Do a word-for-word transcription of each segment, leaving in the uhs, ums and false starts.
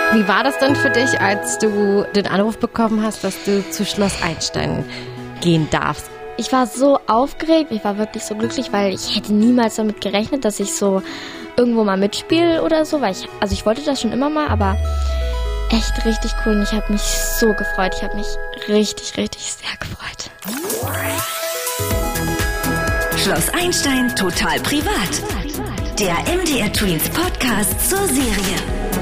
Wie war das denn für dich, als du den Anruf bekommen hast, dass du zu Schloss Einstein gehen darfst? Ich war so aufgeregt, ich war wirklich so glücklich, weil ich hätte niemals damit gerechnet, dass ich so irgendwo mal mitspiele oder so. Weil ich, also ich wollte das schon immer mal, aber echt richtig cool und ich habe mich so gefreut. Ich habe mich richtig, richtig sehr gefreut. Schloss Einstein total privat. Der M D R Tweens Podcast zur Serie.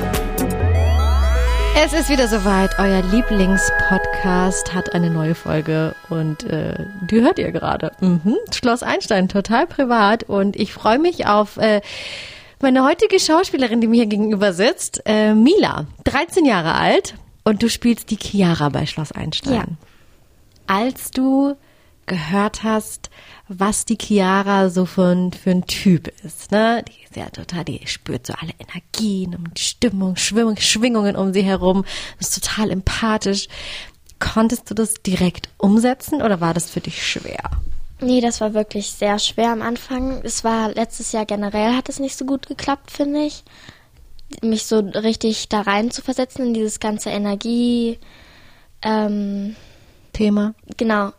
Es ist wieder soweit, euer Lieblingspodcast hat eine neue Folge und äh, die hört ihr gerade. Mhm. Schloss Einstein, total privat und ich freue mich auf äh, meine heutige Schauspielerin, die mir hier gegenüber sitzt, äh, Mila, dreizehn Jahre alt und du spielst die Chiara bei Schloss Einstein. Ja. Als du gehört hast, was die Chiara so für ein, für ein Typ ist, ne? Die ist ja total, die spürt so alle Energien und die Stimmung, Schwing, Schwingungen um sie herum, ist total empathisch. Konntest du das direkt umsetzen oder war das für dich schwer? Nee, das war wirklich sehr schwer am Anfang. Es war letztes Jahr generell, hat es nicht so gut geklappt, finde ich. Mich so richtig da rein zu versetzen in dieses ganze Energie, ähm, Thema. Genau.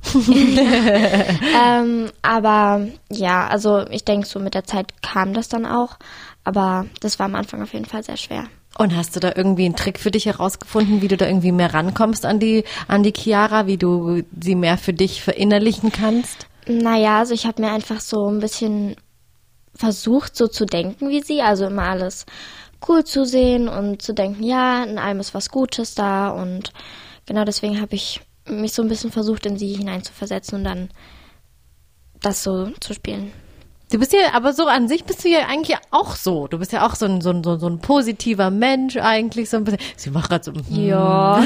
ähm, aber ja, also ich denke, so mit der Zeit kam das dann auch. Aber das war am Anfang auf jeden Fall sehr schwer. Und hast du da irgendwie einen Trick für dich herausgefunden, wie du da irgendwie mehr rankommst an die, an die Chiara, wie du sie mehr für dich verinnerlichen kannst? Naja, also ich habe mir einfach so ein bisschen versucht, so zu denken wie sie. Also immer alles cool zu sehen und zu denken, ja, in allem ist was Gutes da. Und genau deswegen habe ich mich so ein bisschen versucht, in sie hineinzuversetzen und dann das so zu spielen. Du bist ja, aber so an sich bist du ja eigentlich auch so. Du bist ja auch so ein, so ein, so ein positiver Mensch eigentlich, so ein bisschen. Sie macht gerade so. Mm. Ja.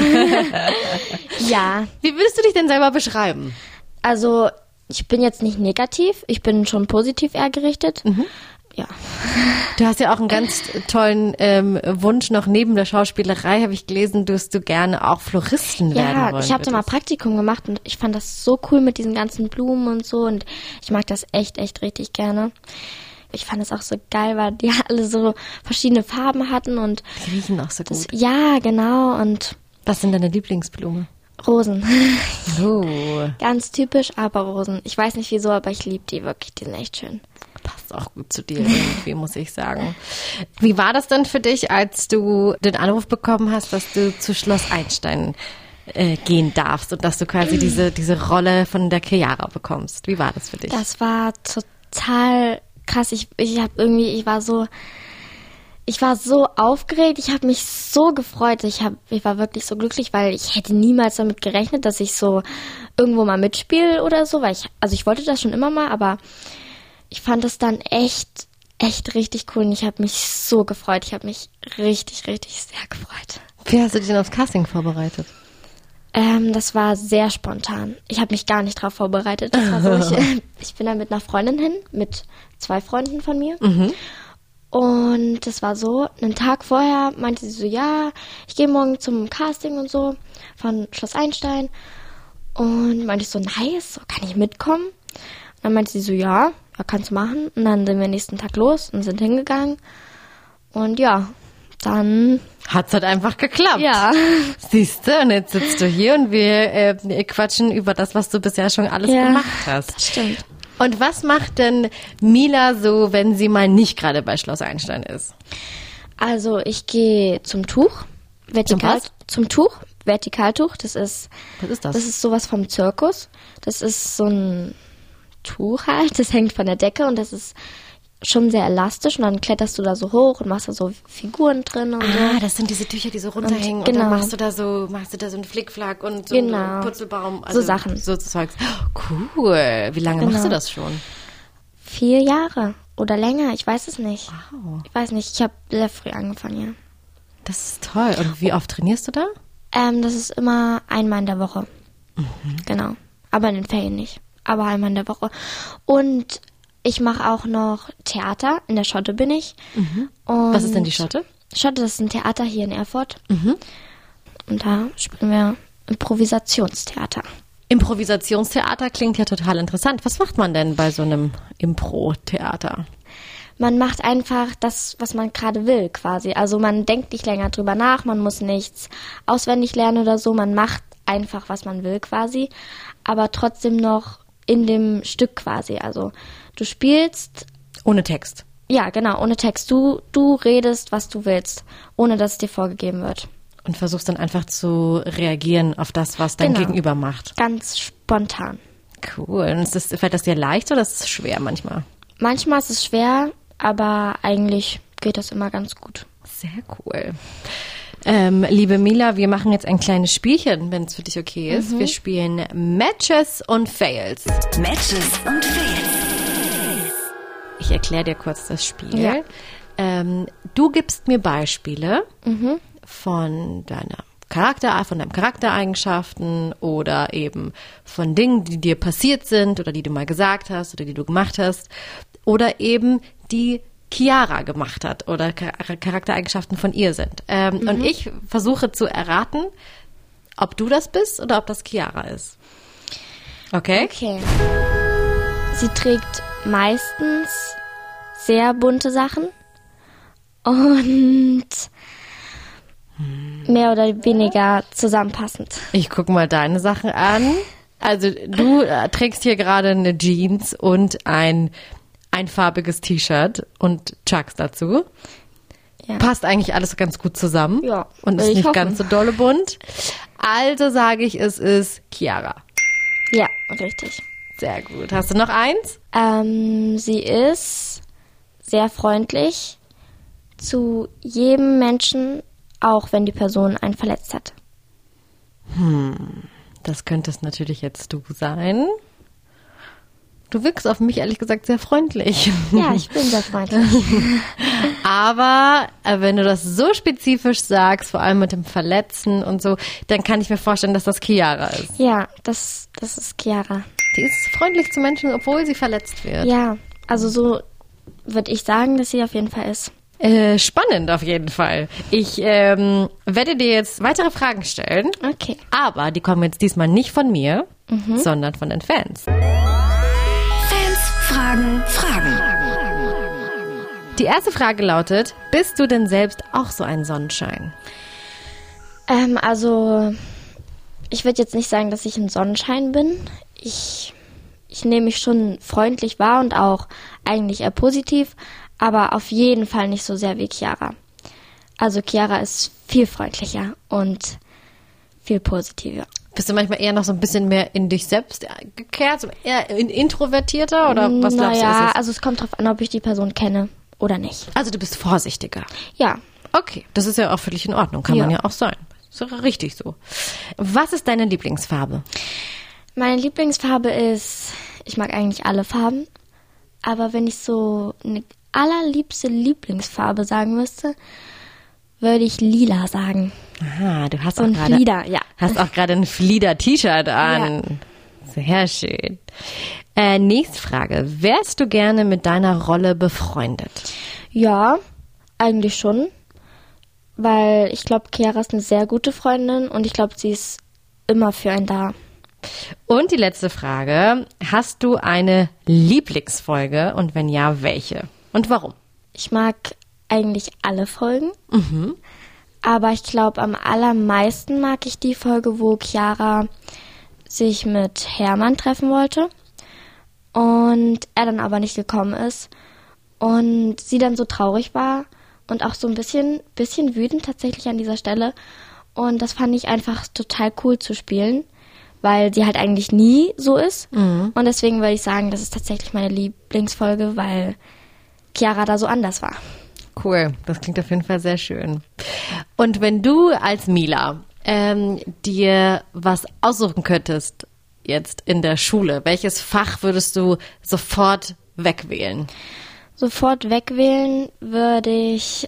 Ja. Wie würdest du dich denn selber beschreiben? Also, ich bin jetzt nicht negativ, ich bin schon positiv eher gerichtet. Mhm. Ja. Du hast ja auch einen ganz tollen ähm, Wunsch noch neben der Schauspielerei, habe ich gelesen, dass du gerne auch Floristin werden Ja, wollen ich habe da mal Praktikum gemacht und ich fand das so cool mit diesen ganzen Blumen und so und ich mag das echt, echt richtig gerne. Ich fand es auch so geil, weil die alle so verschiedene Farben hatten und die riechen auch so gut. Das, ja, genau. Und was sind deine Lieblingsblume? Rosen. Oh. Ganz typisch, aber Rosen. Ich weiß nicht wieso, aber ich liebe die wirklich, die sind echt schön. Passt auch gut zu dir irgendwie, muss ich sagen. Wie war das denn für dich, als du den Anruf bekommen hast, dass du zu Schloss Einstein äh, gehen darfst und dass du quasi diese, diese Rolle von der Chiara bekommst? Wie war das für dich? Das war total krass. Ich, ich habe irgendwie, ich war so, ich war so aufgeregt. Ich habe mich so gefreut. Ich hab, ich war wirklich so glücklich, weil ich hätte niemals damit gerechnet, dass ich so irgendwo mal mitspiele oder so, weil ich, also ich wollte das schon immer mal, aber ich fand es dann echt, echt richtig cool und ich habe mich so gefreut. Ich habe mich richtig, richtig sehr gefreut. Wie hast du dich denn aufs Casting vorbereitet? Ähm, das war sehr spontan. Ich habe mich gar nicht drauf vorbereitet. Das war so, ich, ich bin da mit einer Freundin hin, mit zwei Freunden von mir. Mhm. Und das war so, einen Tag vorher meinte sie so, ja, ich gehe morgen zum Casting und so von Schloss Einstein. Und meinte ich so, nice, so, kann ich mitkommen? Und dann meinte sie so, ja, ja, kannst du machen. Und dann sind wir nächsten Tag los und sind hingegangen. Und ja, dann hat's halt einfach geklappt. Ja. Siehst du, und jetzt sitzt du hier und wir äh, quatschen über das, was du bisher schon alles ja, gemacht hast. Das stimmt. Und was macht denn Mila so, wenn sie mal nicht gerade bei Schloss Einstein ist? Also ich gehe zum Tuch. Vertikal, zum, zum Tuch. Vertikaltuch. Das ist, was ist das? Das ist sowas vom Zirkus. Das ist so ein Tuch halt, das hängt von der Decke und das ist schon sehr elastisch und dann kletterst du da so hoch und machst da so Figuren drin und ah, so. Ah, das sind diese Tücher, die so runterhängen und, genau. Und dann machst du da so, machst du da so einen Flickflack und so genau. einen Purzelbaum. Also so Sachen. So Zeugs. Cool. Wie lange genau. machst du das schon? Vier Jahre oder länger, ich weiß es nicht. Wow. Ich weiß nicht, ich habe sehr früh angefangen, ja. Das ist toll. Und wie oft trainierst du da? Ähm, das ist immer einmal in der Woche. Mhm. Genau. Aber in den Ferien nicht. Aber einmal in der Woche. Und ich mache auch noch Theater. In der Schotte bin ich. Mhm. Und was ist denn die Schotte? Schotte, das ist ein Theater hier in Erfurt. Mhm. Und da spielen wir Improvisationstheater. Improvisationstheater klingt ja total interessant. Was macht man denn bei so einem Impro-Theater? man macht einfach das, was man gerade will quasi. Also man denkt nicht länger drüber nach, man muss nichts auswendig lernen oder so, man macht einfach, was man will quasi, aber trotzdem noch in dem Stück quasi. Also du spielst... Ohne Text. Ja, genau, ohne Text. Du, du redest, was du willst, ohne dass es dir vorgegeben wird. Und versuchst dann einfach zu reagieren auf das, was dein Genau. Gegenüber macht. Ganz spontan. Cool. Und ist das, fällt das dir leicht oder ist es schwer manchmal? Manchmal ist es schwer, aber eigentlich geht das immer ganz gut. Sehr cool. Ähm, liebe Mila, wir machen jetzt ein kleines Spielchen, wenn es für dich okay ist. Mhm. Wir spielen Matches und Fails. Matches und Fails. Ich erkläre dir kurz das Spiel. Ja. Ähm, du gibst mir Beispiele Mhm. von deiner Charakter, von deinen Charaktereigenschaften oder eben von Dingen, die dir passiert sind oder die du mal gesagt hast oder die du gemacht hast oder eben die Chiara gemacht hat oder Char- Charaktereigenschaften von ihr sind. Ähm, mhm. Und ich versuche zu erraten, ob du das bist oder ob das Chiara ist. Okay? Okay. Sie trägt meistens sehr bunte Sachen und mehr oder weniger zusammenpassend. Ich gucke mal deine Sachen an. Also du äh, trägst hier gerade eine Jeans und ein einfarbiges T-Shirt und Chucks dazu. Ja. Passt eigentlich alles ganz gut zusammen. Ja, Und will ist ich nicht hoffen. ganz so dolle bunt. Also sage ich, es ist Chiara. Ja, richtig. Sehr gut. Hast du noch eins? Ähm, sie ist sehr freundlich zu jedem Menschen, auch wenn die Person einen verletzt hat. Das könntest natürlich jetzt du sein. Du wirkst auf mich ehrlich gesagt sehr freundlich. Ja, ich bin sehr freundlich. Aber äh, wenn du das so spezifisch sagst, vor allem mit dem Verletzen und so, dann kann ich mir vorstellen, dass das Chiara ist. Ja, das, das ist Chiara. Die ist freundlich zu Menschen, obwohl sie verletzt wird. Ja, also so würde ich sagen, dass sie auf jeden Fall ist. Äh, spannend auf jeden Fall. Ich ähm, werde dir jetzt weitere Fragen stellen. Okay. Aber die kommen jetzt diesmal nicht von mir, mhm. sondern von den Fans. Fans fragen Fragen. Die erste Frage lautet, bist du denn selbst auch so ein Sonnenschein? Ähm, also, ich würde jetzt nicht sagen, dass ich ein Sonnenschein bin. Ich, ich nehme mich schon freundlich wahr und auch eigentlich eher positiv, aber auf jeden Fall nicht so sehr wie Chiara. Also Chiara ist viel freundlicher und viel positiver. Bist du manchmal eher noch so ein bisschen mehr in dich selbst gekehrt, so eher introvertierter oder was glaubst du? Naja, Ist es? also es kommt drauf an, ob ich die Person kenne oder nicht. Also du bist vorsichtiger. Ja, Okay, das ist ja auch völlig in Ordnung, kann Ja. man ja auch sein. Ist ja richtig so. Was ist deine Lieblingsfarbe? meine Lieblingsfarbe ist, ich mag eigentlich alle Farben, aber wenn ich so eine allerliebste Lieblingsfarbe sagen müsste, würde ich lila sagen. Aha, du hast auch Und gerade Flieder, ja. hast auch gerade ein Flieder-T-Shirt an. Sehr schön. Äh, nächste Frage. Wärst du gerne mit deiner Rolle befreundet? Ja, eigentlich schon, weil ich glaube, Chiara ist eine sehr gute Freundin und ich glaube, sie ist immer für einen da. Und die letzte Frage. Hast du eine Lieblingsfolge und wenn ja, welche? Und warum? Ich mag eigentlich alle Folgen, aber ich glaube, am allermeisten mag ich die Folge, wo Chiara sich mit Hermann treffen wollte und er dann aber nicht gekommen ist und sie dann so traurig war und auch so ein bisschen, bisschen wütend tatsächlich an dieser Stelle. Und das fand ich einfach total cool zu spielen, weil sie halt eigentlich nie so ist. Und deswegen würde ich sagen, das ist tatsächlich meine Lieblingsfolge, weil Chiara da so anders war. Cool, das klingt auf jeden Fall sehr schön. Und wenn du als Mila ähm, dir was aussuchen könntest jetzt in der Schule, welches Fach würdest du sofort wegwählen? Sofort wegwählen würde ich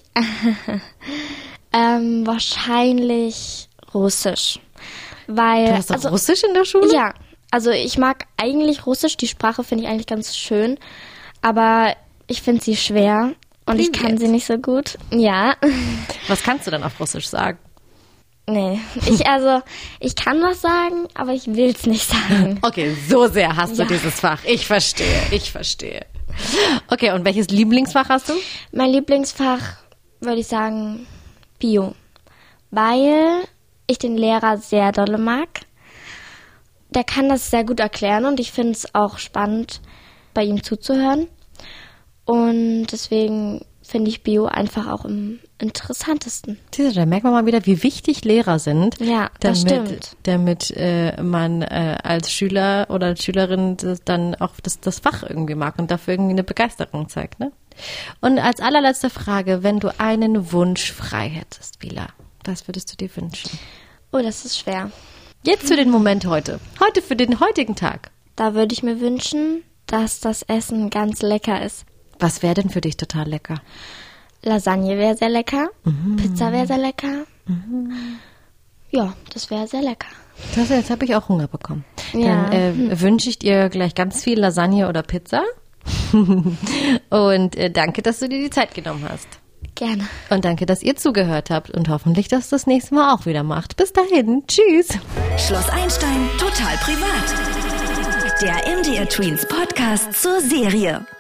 ähm, wahrscheinlich Russisch. Weil, Du hast doch also, Russisch in der Schule? ja, also ich mag eigentlich Russisch, die Sprache finde ich eigentlich ganz schön, aber ich finde sie schwer und ich kann Привет. sie nicht so gut. Ja, Was kannst du dann auf Russisch sagen? nee, ich also, ich kann was sagen, aber ich will es nicht sagen. Okay, so sehr hast du Ja. dieses Fach. Ich verstehe, ich verstehe. Okay, und welches Lieblingsfach hast du? Mein Lieblingsfach würde ich sagen Bio, weil ich den Lehrer sehr dolle mag. Der kann das sehr gut erklären und ich finde es auch spannend, bei ihm zuzuhören. Und deswegen finde ich Bio einfach auch am interessantesten. Siehst du, da merkt man mal wieder, wie wichtig Lehrer sind. Ja, das damit, stimmt. Damit äh, man äh, als Schüler oder als Schülerin das dann auch das, das Fach irgendwie mag und dafür irgendwie eine Begeisterung zeigt, ne? Und als allerletzte Frage, wenn du einen Wunsch frei hättest, Vila, was würdest du dir wünschen? Oh, das ist schwer. Jetzt für den Moment heute. Heute für den heutigen Tag. Da würde ich mir wünschen, dass das Essen ganz lecker ist. Was wäre denn für dich total lecker? Lasagne wäre sehr lecker. Mhm. Pizza wäre sehr lecker. Mhm. Ja, das wäre sehr lecker. Das, jetzt habe ich auch Hunger bekommen. Ja. Dann äh, hm. wünsche ich dir gleich ganz viel Lasagne oder Pizza. Und äh, danke, dass du dir die Zeit genommen hast. Gerne. Und danke, dass ihr zugehört habt. Und hoffentlich, dass du das nächste Mal auch wieder macht. Bis dahin. Tschüss. Schloss Einstein total privat. Der M D R Tweens Podcast zur Serie.